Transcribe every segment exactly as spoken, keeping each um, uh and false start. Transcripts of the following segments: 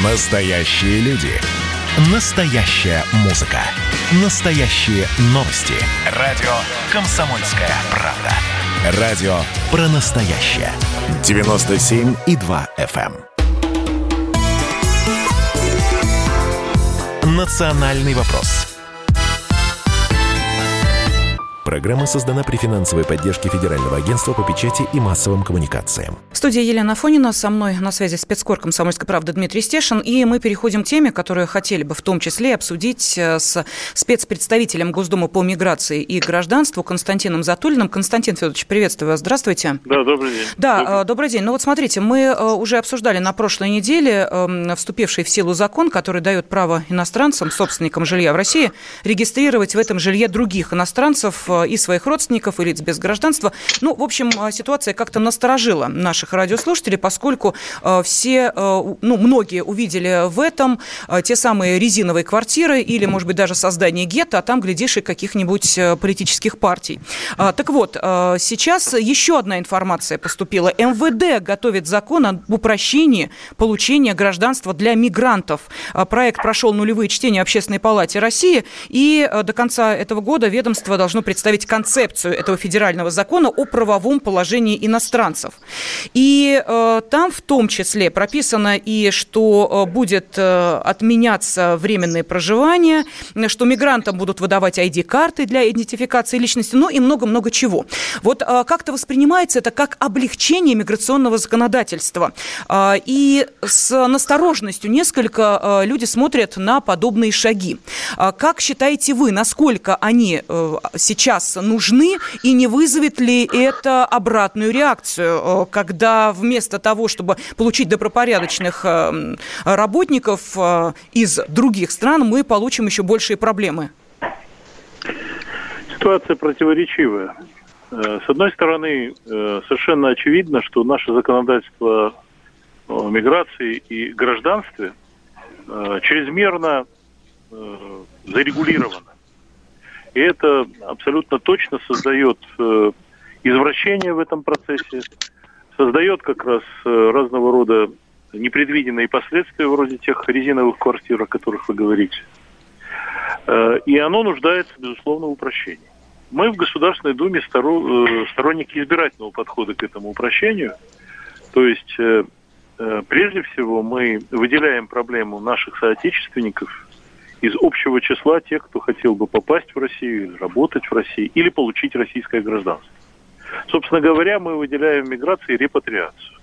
Настоящие люди. Настоящая музыка. Настоящие новости. Радио «Комсомольская правда». Радио про настоящее. девяносто семь и два эф эм. Национальный вопрос. Программа создана при финансовой поддержке Федерального агентства по печати и массовым коммуникациям. В студии Елена Афонина, со мной на связи спецкор «Комсомольской правды» Дмитрий Стешин. И мы переходим к теме, которую хотели бы в том числе обсудить с спецпредставителем Госдумы по миграции и гражданству Константином Затулиным. Константин Федорович, приветствую вас. Здравствуйте. Да, добрый день. Да, добрый, добрый день. Ну вот смотрите, мы уже обсуждали на прошлой неделе вступивший в силу закон, который дает право иностранцам, собственникам жилья в России, регистрировать в этом жилье других иностранцев и своих родственников, и лиц без гражданства. Ну, в общем, ситуация как-то насторожила наших радиослушателей, поскольку э, все, э, ну, многие увидели в этом э, те самые резиновые квартиры или, может быть, даже создание гетто, а там, глядишь, и каких-нибудь э, политических партий. А, так вот, э, сейчас еще одна информация поступила. эм вэ дэ готовит закон об упрощении получения гражданства для мигрантов. А, проект прошел нулевые чтения в Общественной палате России, и э, до конца этого года ведомство должно представить концепцию этого федерального закона о правовом положении иностранцев. И э, там в том числе прописано и, что э, будет э, отменяться временное проживание, что мигрантам будут выдавать ай ди-карты для идентификации личности, ну и много-много чего. Вот э, как-то воспринимается это как облегчение миграционного законодательства. Э, и с настороженностью несколько э, люди смотрят на подобные шаги. Э, как считаете вы, насколько они э, сейчас нужны, и не вызовет ли это обратную реакцию, когда вместо того, чтобы получить добропорядочных работников из других стран, мы получим еще большие проблемы? Ситуация противоречивая. С одной стороны, совершенно очевидно, что наше законодательство о миграции и гражданстве чрезмерно зарегулировано. И это абсолютно точно создает э, извращение в этом процессе, создает как раз э, разного рода непредвиденные последствия, вроде тех резиновых квартир, о которых вы говорите. Э, и оно нуждается, безусловно, в упрощении. Мы в Государственной Думе сторо, э, сторонники избирательного подхода к этому упрощению. То есть, э, э, прежде всего, мы выделяем проблему наших соотечественников из общего числа тех, кто хотел бы попасть в Россию, работать в России или получить российское гражданство. Собственно говоря, мы выделяем миграцию и репатриацию.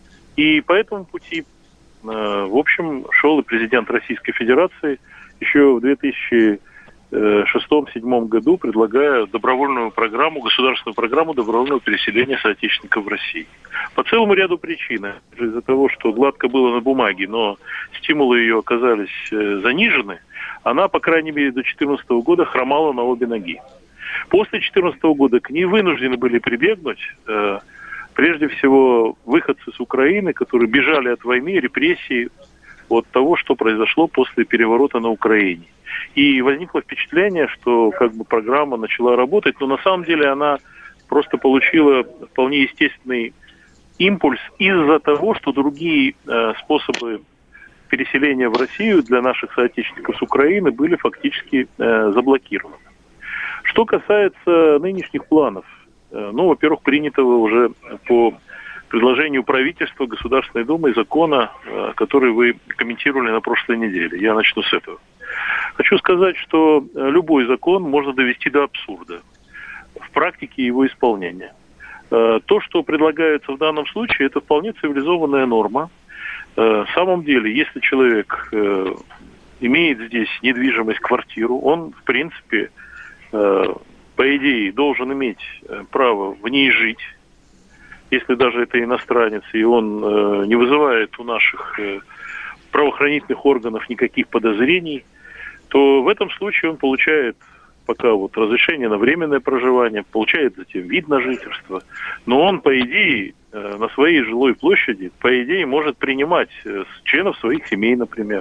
И по этому пути, э, в общем, шел и президент Российской Федерации еще в две тысячи шестом-две тысячи седьмом году, предлагая добровольную программу, государственную программу добровольного переселения соотечественников в России. По целому ряду причин. Из-за того, что гладко было на бумаге, но стимулы ее оказались э, занижены, она, по крайней мере, до две тысячи четырнадцатого года хромала на обе ноги. После две тысячи четырнадцатого года к ней вынуждены были прибегнуть, э, прежде всего, выходцы с Украины, которые бежали от войны, репрессий, от того, что произошло после переворота на Украине. И возникло впечатление, что как бы программа начала работать, но на самом деле она просто получила вполне естественный импульс из-за того, что другие э, способы переселения в Россию для наших соотечественников с Украины были фактически э, заблокированы. Что касается нынешних планов, э, ну, во-первых, принятого уже по предложению правительства Государственной Думы закона, э, который вы комментировали на прошлой неделе. Я начну с этого. Хочу сказать, что любой закон можно довести до абсурда в практике его исполнения. Э, то, что предлагается в данном случае, это вполне цивилизованная норма. В самом деле, если человек э, имеет здесь недвижимость, квартиру, он, в принципе, э, по идее, должен иметь право в ней жить, если даже это иностранец, и он э, не вызывает у наших э, правоохранительных органов никаких подозрений, то в этом случае он получает пока вот разрешение на временное проживание, получает затем вид на жительство, но он, по идее, на своей жилой площади, по идее, может принимать членов своих семей, например,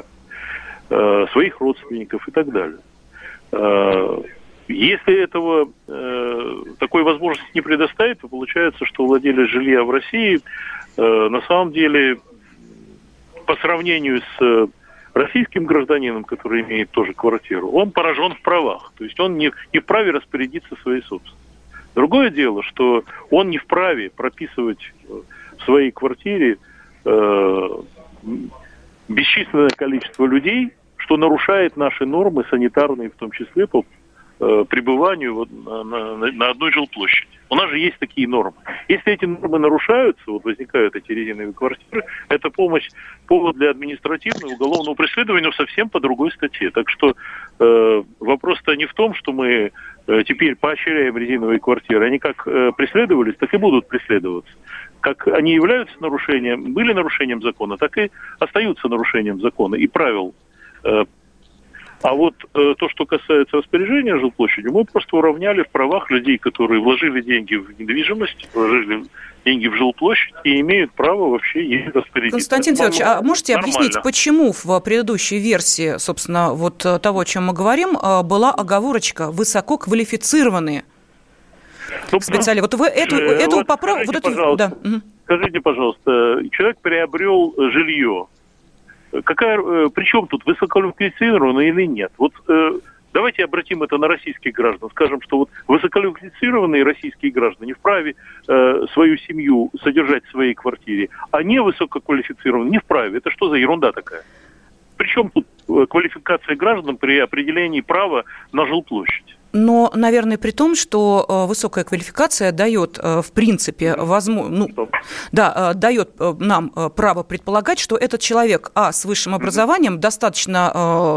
своих родственников и так далее. Если этого, такой возможности не предоставить, то получается, что владелец жилья в России на самом деле по сравнению с российским гражданином, который имеет тоже квартиру, он поражен в правах. То есть он не, не вправе распорядиться своей собственностью. Другое дело, что он не вправе прописывать в своей квартире э, бесчисленное количество людей, что нарушает наши нормы санитарные, в том числе по э, пребыванию вот, на, на, на одной жилплощади. У нас же есть такие нормы. Если эти нормы нарушаются, вот возникают эти резиновые квартиры, это помощь, повод для административного уголовного преследования, но совсем по другой статье. Так что э, вопрос-то не в том, что мы э, теперь поощряем резиновые квартиры. Они как э, преследовались, так и будут преследоваться. Как они являются нарушением, были нарушением закона, так и остаются нарушением закона и правил. Э, А вот э, то, что касается распоряжения жилплощадью, мы просто уравняли в правах людей, которые вложили деньги в недвижимость, вложили деньги в жилплощадь и имеют право вообще ей распорядиться. Константин Федорович, а можете нормально объяснить, почему в предыдущей версии, собственно, вот того, о чем мы говорим, была оговорочка «высококвалифицированные»? Ну, специально. Вот вы эту, эту вот поправку... Скажите, вот эту, пожалуйста, да. скажите, пожалуйста, человек приобрел жилье. Какая, э, причем тут высококвалифицированно или нет? Вот э, давайте обратим это на российских граждан. Скажем, что вот высококвалифицированные российские граждане вправе э, свою семью содержать в своей квартире, а не высококвалифицированные не вправе. Это что за ерунда такая? Причем тут квалификация граждан при определении права на жилплощадь? Но, наверное, при том, что э, высокая квалификация дает, э, в принципе, возможно, ну, да, э, дает э, нам э, право предполагать, что этот человек, а, с высшим образованием, mm-hmm. достаточно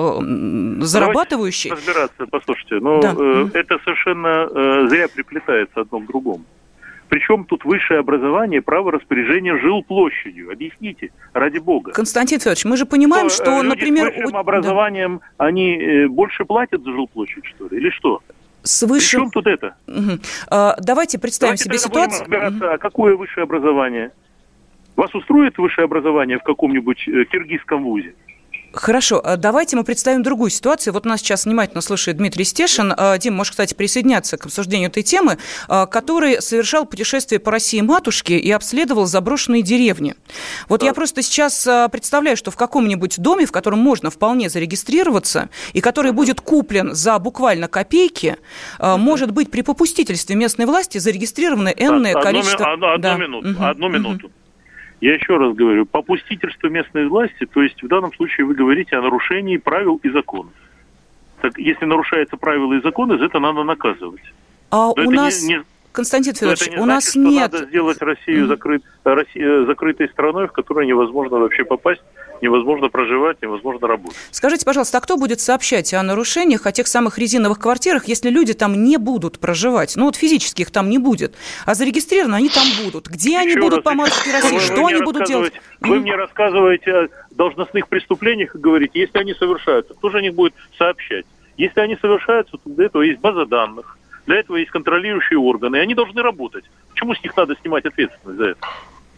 э, зарабатывающий. Давайте разбираться, послушайте, но да. э, mm-hmm. это совершенно э, зря приплетается одно к другому. Причем тут высшее образование, право распоряжения жилплощадью? Объясните, ради бога. Константин Федорович, мы же понимаем, что, что люди например... с высшим образованием, да. они больше платят за жилплощадь, что ли, или что? С высшим... При чем тут это? Угу. А, давайте представим давайте себе ситуацию... Будем разбираться, угу. а какое высшее образование? Вас устроит высшее образование в каком-нибудь киргизском вузе? Хорошо, давайте мы представим другую ситуацию. Вот нас сейчас внимательно слушает Дмитрий Стешин. Дим, можешь, кстати, присоединяться к обсуждению этой темы, который совершал путешествие по России-матушке и обследовал заброшенные деревни. Вот да. я просто сейчас представляю, что в каком-нибудь доме, в котором можно вполне зарегистрироваться, и который будет куплен за буквально копейки, mm-hmm. может быть при попустительстве местной власти зарегистрировано энное одну, количество... Одну, одну да. минуту, угу. одну минуту. Угу. Я еще раз говорю, попустительство местной власти, то есть в данном случае вы говорите о нарушении правил и законов. Так, если нарушаются правила и законы, за это надо наказывать. А Но у нас, не, не, Константин Федорович, это не у значит, нас что нет... надо сделать Россию, mm-hmm. закрыт, Россию закрытой страной, в которой невозможно вообще попасть, невозможно проживать, невозможно работать. Скажите, пожалуйста, а кто будет сообщать о нарушениях, о тех самых резиновых квартирах, если люди там не будут проживать? Ну вот физически их там не будет, а зарегистрированы они там будут. Где еще они будут раз, по матушке России? Вы, что вы они будут делать? Вы mm-hmm. мне рассказываете о должностных преступлениях и говорите, если они совершаются, кто же о них будет сообщать? Если они совершаются, то для этого есть база данных, для этого есть контролирующие органы, и они должны работать. Почему с них надо снимать ответственность за это?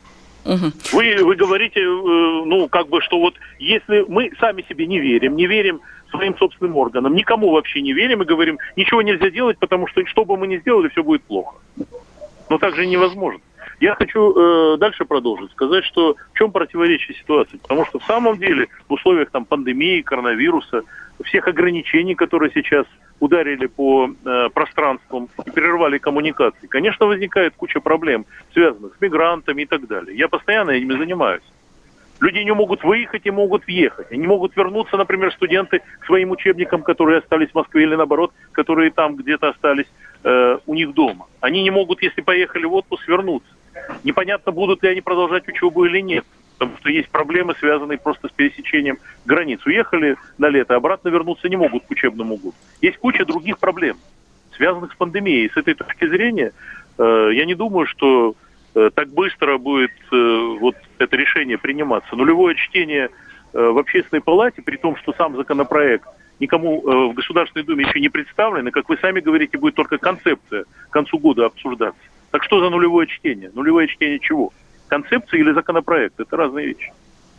Угу. Вы, вы говорите, ну, как бы, что вот если мы сами себе не верим, не верим своим собственным органам, никому вообще не верим и говорим, ничего нельзя делать, потому что что бы мы ни сделали, все будет плохо. Но так же невозможно. Я хочу э, дальше продолжить, сказать, что в чем противоречие ситуации. Потому что в самом деле в условиях там, пандемии, коронавируса, всех ограничений, которые сейчас ударили по э, пространствам и прервали коммуникации, конечно, возникает куча проблем, связанных с мигрантами и так далее. Я постоянно этими занимаюсь. Люди не могут выехать и могут въехать. Они могут вернуться, например, студенты к своим учебникам, которые остались в Москве, или наоборот, которые там где-то остались э, у них дома. Они не могут, если поехали в отпуск, вернуться. Непонятно, будут ли они продолжать учебу или нет. Потому что есть проблемы, связанные просто с пересечением границ. Уехали на лето, обратно вернуться не могут к учебному году. Есть куча других проблем, связанных с пандемией. С этой точки зрения, э, я не думаю, что э, так быстро будет э, вот это решение приниматься. Нулевое чтение э, в Общественной палате, при том, что сам законопроект никому э, в Государственной Думе еще не представлен, и, как вы сами говорите, будет только концепция к концу года обсуждаться. Так что за нулевое чтение? Нулевое чтение чего? Концепция или законопроект? Это разные вещи.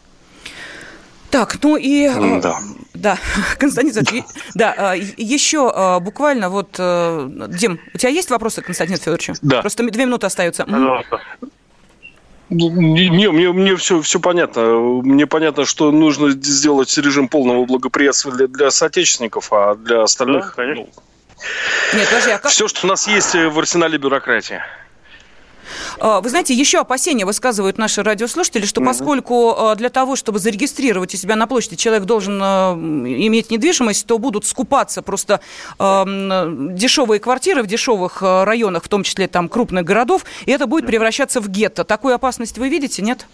Так, ну и... Да, да Константин Федорович, да, еще буквально вот... Дим, у тебя есть вопросы к Константину Федоровичу? Да. Просто две минуты остаются. Пожалуйста. Не, не, мне, мне все, все понятно. Мне понятно, что нужно сделать режим полного благоприятствия для, для соотечественников, а для остальных... Да, конечно. Ну, Нет, подожди, а как... Все, что у нас есть в арсенале бюрократии. Вы знаете, еще опасения высказывают наши радиослушатели, что поскольку для того, чтобы зарегистрировать у себя на площади, человек должен иметь недвижимость, то будут скупаться просто дешевые квартиры в дешевых районах, в том числе там крупных городов, и это будет превращаться в гетто. Такую опасность вы видите, нет?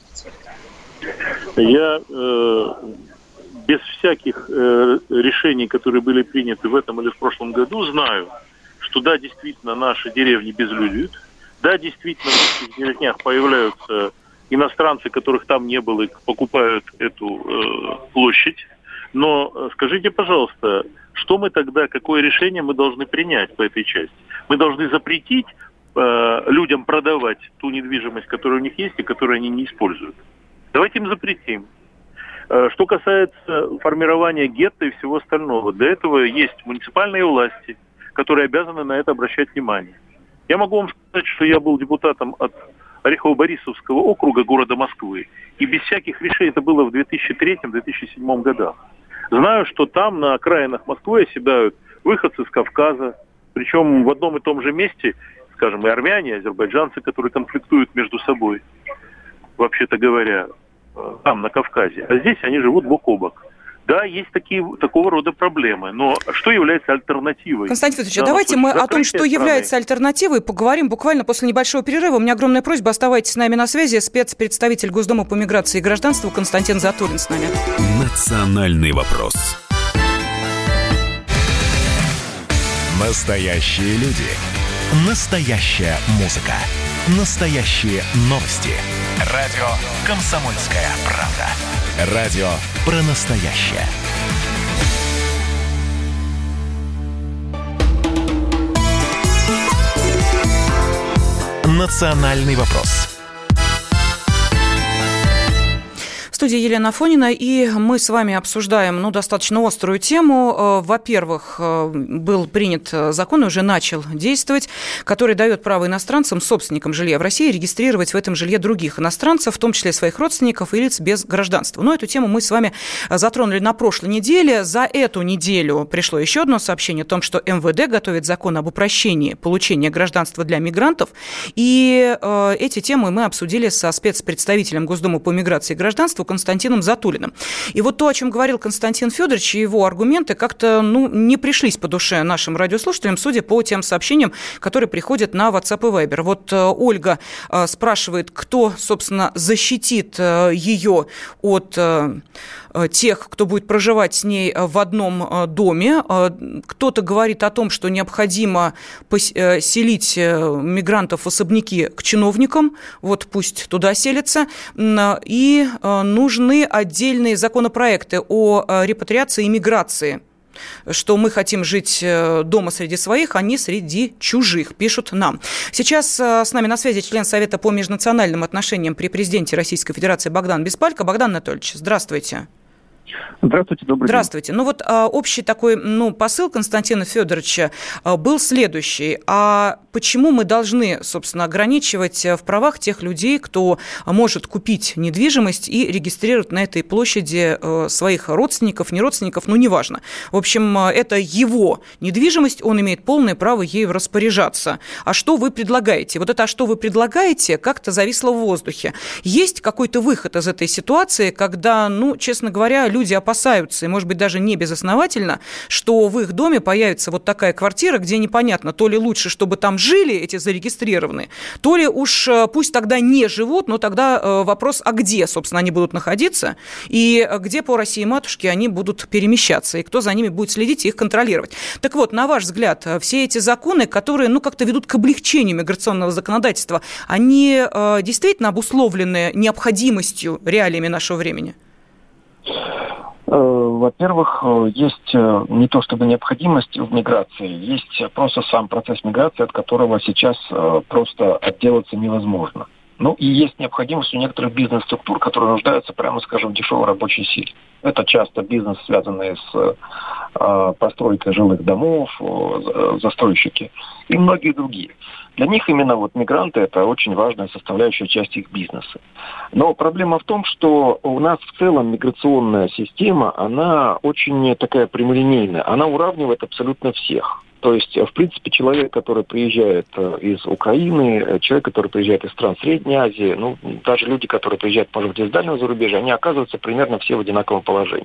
Я э, без всяких э, решений, которые были приняты в этом или в прошлом году, знаю, что да, действительно, наши деревни безлюдят. Да, действительно, в этих деревнях появляются иностранцы, которых там не было, и покупают эту э, площадь. Но э, скажите, пожалуйста, что мы тогда, какое решение мы должны принять по этой части? Мы должны запретить э, людям продавать ту недвижимость, которая у них есть и которую они не используют. Давайте им запретим. Э, что касается формирования гетто и всего остального, для этого есть муниципальные власти, которые обязаны на это обращать внимание. Я могу вам сказать, что я был депутатом от Орехово-Борисовского округа города Москвы, и без всяких решений, это было в две тысячи третьем - две тысячи седьмом годах. Знаю, что там на окраинах Москвы оседают выходцы с Кавказа, причем в одном и том же месте, скажем, и армяне, и азербайджанцы, которые конфликтуют между собой, вообще-то говоря, там, на Кавказе. А здесь они живут бок о бок. Да, есть такие, такого рода проблемы, но что является альтернативой? Константин Федорович, давайте мы о том, что является альтернативой, поговорим буквально после небольшого перерыва. У меня огромная просьба, оставайтесь с нами на связи. Спецпредставитель Госдумы по миграции и гражданству Константин Затулин с нами. Национальный вопрос. Настоящие люди. Настоящая музыка. Настоящие новости. Радио «Комсомольская правда». Радио про настоящее. Национальный вопрос. В студии Елена Афонина, и мы с вами обсуждаем, ну, достаточно острую тему. Во-первых, был принят закон и уже начал действовать, который дает право иностранцам, собственникам жилья в России, регистрировать в этом жилье других иностранцев, в том числе своих родственников и лиц без гражданства. Но эту тему мы с вами затронули на прошлой неделе. За эту неделю пришло еще одно сообщение о том, что эм вэ дэ готовит закон об упрощении получения гражданства для мигрантов. И э, эти темы мы обсудили со спецпредставителем Госдумы по миграции и гражданству Константином Затулиным. И вот то, о чем говорил Константин Федорович, и его аргументы как-то, ну, не пришлись по душе нашим радиослушателям, судя по тем сообщениям, которые приходят на WhatsApp и Viber. Вот э, Ольга э, спрашивает, кто, собственно, защитит э, ее от э, тех, кто будет проживать с ней в одном э, доме. Э, кто-то говорит о том, что необходимо поселить э, мигрантов в особняки к чиновникам, вот пусть туда селятся, и э, нужны отдельные законопроекты о репатриации и миграции, что мы хотим жить дома среди своих, а не среди чужих, пишут нам. Сейчас с нами на связи член Совета по межнациональным отношениям при президенте Российской Федерации Богдан Беспалько. Богдан Анатольевич, здравствуйте. Здравствуйте, добрый день. Здравствуйте. Ну вот а, общий такой, ну, посыл Константина Федоровича а, был следующий. А почему мы должны, собственно, ограничивать в правах тех людей, кто может купить недвижимость и регистрировать на этой площади а, своих родственников, не родственников, ну, неважно. В общем, это его недвижимость, он имеет полное право ею распоряжаться. А что вы предлагаете? Вот это «а что вы предлагаете» как-то зависло в воздухе. Есть какой-то выход из этой ситуации, когда, ну, честно говоря, люди опасаются, и, может быть, даже не безосновательно, что в их доме появится вот такая квартира, где непонятно, то ли лучше, чтобы там жили эти зарегистрированные, то ли уж пусть тогда не живут, но тогда вопрос, а где, собственно, они будут находиться, и где по России-матушке они будут перемещаться, и кто за ними будет следить и их контролировать. Так вот, на ваш взгляд, все эти законы, которые, ну, как-то ведут к облегчению миграционного законодательства, они действительно обусловлены необходимостью, реалиями нашего времени? Во-первых, есть не то чтобы необходимость в миграции, есть просто сам процесс миграции, от которого сейчас просто отделаться невозможно. Ну и есть необходимость у некоторых бизнес-структур, которые нуждаются, прямо скажем, в дешевой рабочей силе. Это часто бизнес, связанный с постройка жилых домов, застройщики и многие другие. Для них именно вот мигранты – это очень важная составляющая часть их бизнеса. Но проблема в том, что у нас в целом миграционная система, она очень такая прямолинейная, она уравнивает абсолютно всех. То есть, в принципе, человек, который приезжает из Украины, человек, который приезжает из стран Средней Азии, ну, даже люди, которые приезжают, может быть, из дальнего зарубежья, они оказываются примерно все в одинаковом положении.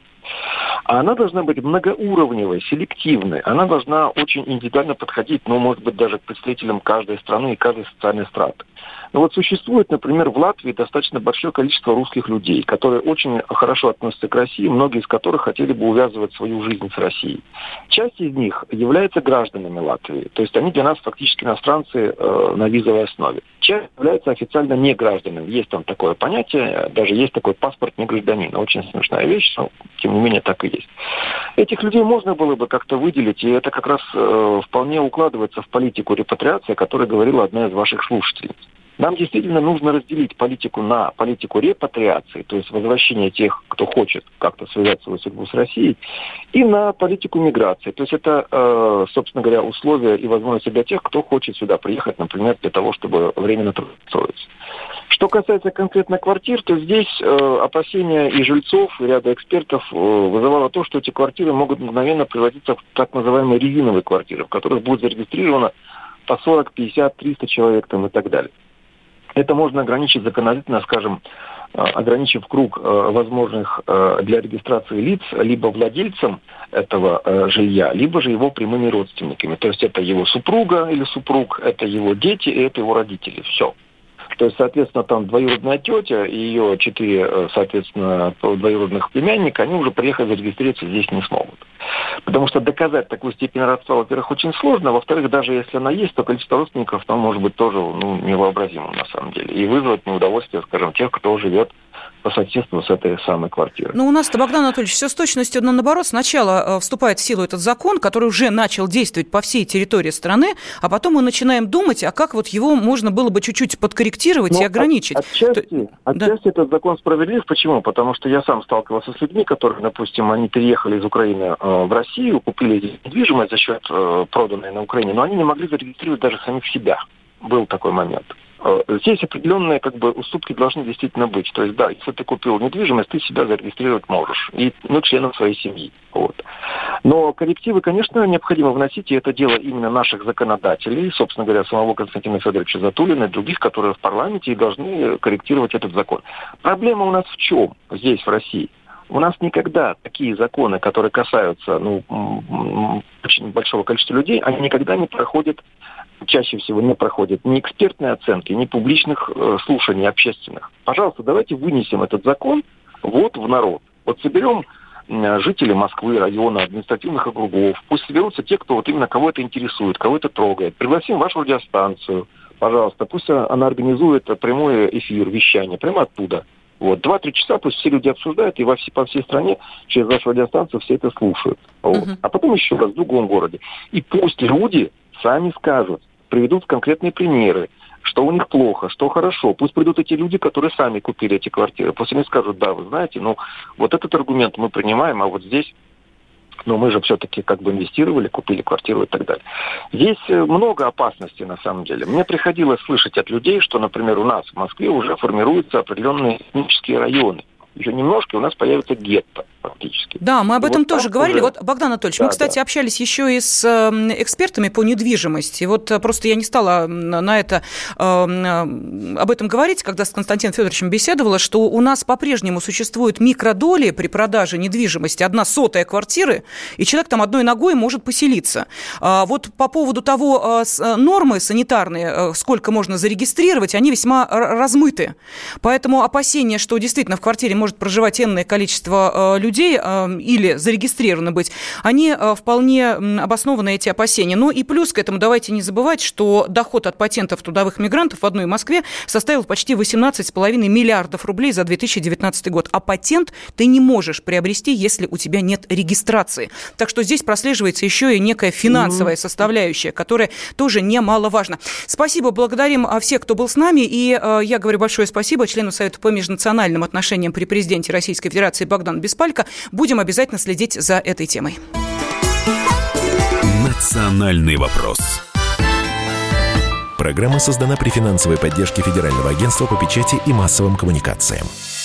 А она должна быть многоуровневой, селективной. Она должна очень индивидуально подходить, ну, может быть, даже к представителям каждой страны и каждой социальной страты. Но вот существует, например, в Латвии достаточно большое количество русских людей, которые очень хорошо относятся к России, многие из которых хотели бы увязывать свою жизнь с Россией. Часть из них является гражданами Латвии, то есть они для нас фактически иностранцы э, на визовой основе. Часть является официально не гражданами. Есть там такое понятие, даже есть такой паспорт не гражданина. Очень смешная вещь, но тем не менее так и есть. Этих людей можно было бы как-то выделить, и это как раз э, вполне укладывается в политику репатриации, о которой говорила одна из ваших слушательниц. Нам действительно нужно разделить политику на политику репатриации, то есть возвращения тех, кто хочет как-то связать свою судьбу с Россией, и на политику миграции. То есть это, э, собственно говоря, условия и возможности для тех, кто хочет сюда приехать, например, для того, чтобы временно трудоустроиться. Что касается конкретно квартир, то здесь э, опасения и жильцов, и ряда экспертов э, вызывало то, что эти квартиры могут мгновенно превратиться в так называемые резиновые квартиры, в которых будет зарегистрировано по сорок, пятьдесят, триста человек там, и так далее. Это можно ограничить законодательно, скажем, ограничив круг возможных для регистрации лиц либо владельцам этого жилья, либо же его прямыми родственниками. То есть это его супруга или супруг, это его дети и это его родители. Все. То есть, соответственно, там двоюродная тетя и ее четыре, соответственно, двоюродных племянника, они уже приехать зарегистрироваться здесь не смогут. Потому что доказать такую степень родства, во-первых, очень сложно, а во-вторых, даже если она есть, то количество родственников там может быть тоже ну, невообразимым на самом деле. И вызвать неудовольствие, скажем, тех, кто живет по соседству с этой самой квартирой. Ну, у нас-то, Богдан Анатольевич, все с точностью наоборот. Сначала вступает в силу этот закон, который уже начал действовать по всей территории страны, а потом мы начинаем думать, а как вот его можно было бы чуть-чуть подкорректировать и ограничить. От, отчасти, отчасти да. Этот закон справедлив. Почему? Потому что я сам сталкивался с людьми, которые, допустим, они переехали из Украины э, в Россию, купили недвижимость за счет э, проданной на Украине, но они не могли зарегистрировать даже самих себя. Был такой момент. Здесь определенные как бы уступки должны действительно быть. То есть, да, если ты купил недвижимость, ты себя зарегистрировать можешь. И ну, членов своей семьи. Вот. Но коррективы, конечно, необходимо вносить, и это дело именно наших законодателей, собственно говоря, самого Константина Федоровича Затулина и других, которые в парламенте и должны корректировать этот закон. Проблема у нас в чем здесь, в России? У нас никогда такие законы, которые касаются ну, очень большого количества людей, они никогда не проходят, чаще всего не проходят ни экспертной оценки, ни публичных э, слушаний общественных. Пожалуйста, давайте вынесем этот закон вот в народ. Вот соберем э, жителей Москвы, района, административных округов, пусть соберутся те, кто вот именно кого это интересует, кого это трогает. Пригласим вашу радиостанцию, пожалуйста, пусть она организует прямой эфир, вещание, прямо оттуда. Вот, два-три часа пусть все люди обсуждают, и во все, по всей стране через вашу радиостанцию все это слушают. Вот. Uh-huh. А потом еще раз в другом городе. И пусть люди сами скажут, приведут конкретные примеры, что у них плохо, что хорошо. Пусть придут эти люди, которые сами купили эти квартиры. Пусть они скажут, да, вы знаете, ну, вот этот аргумент мы принимаем, а вот здесь, ну, мы же все-таки как бы инвестировали, купили квартиру и так далее. Здесь много опасностей на самом деле. Мне приходилось слышать от людей, что, например, у нас в Москве уже формируются определенные этнические районы. Еще немножко, и у нас появится гетто фактически. Да, мы об этом вот тоже говорили. Уже... Вот, Богдан Анатольевич, да, мы, кстати, да. общались еще и с экспертами по недвижимости. Вот просто я не стала на это, об этом говорить, когда с Константином Федоровичем беседовала, что у нас по-прежнему существуют микродоли при продаже недвижимости, одна сотая квартиры, и человек там одной ногой может поселиться. Вот по поводу того, нормы санитарные, сколько можно зарегистрировать, они весьма размыты. Поэтому опасения, что действительно в квартире может проживать энное количество людей или зарегистрировано быть, они вполне обоснованы, эти опасения. Ну и плюс к этому давайте не забывать, что доход от патентов трудовых мигрантов в одной Москве составил почти восемнадцать целых пять десятых миллиардов рублей за две тысячи девятнадцатый год. А патент ты не можешь приобрести, если у тебя нет регистрации. Так что здесь прослеживается еще и некая финансовая составляющая, которая тоже немаловажна. Спасибо, благодарим всех, кто был с нами. И я говорю большое спасибо члену Совета по межнациональным отношениям при президенте Российской Федерации Богдану Беспалько. Будем обязательно следить за этой темой. «Национальный вопрос». Программа создана при финансовой поддержке Федерального агентства по печати и массовым коммуникациям.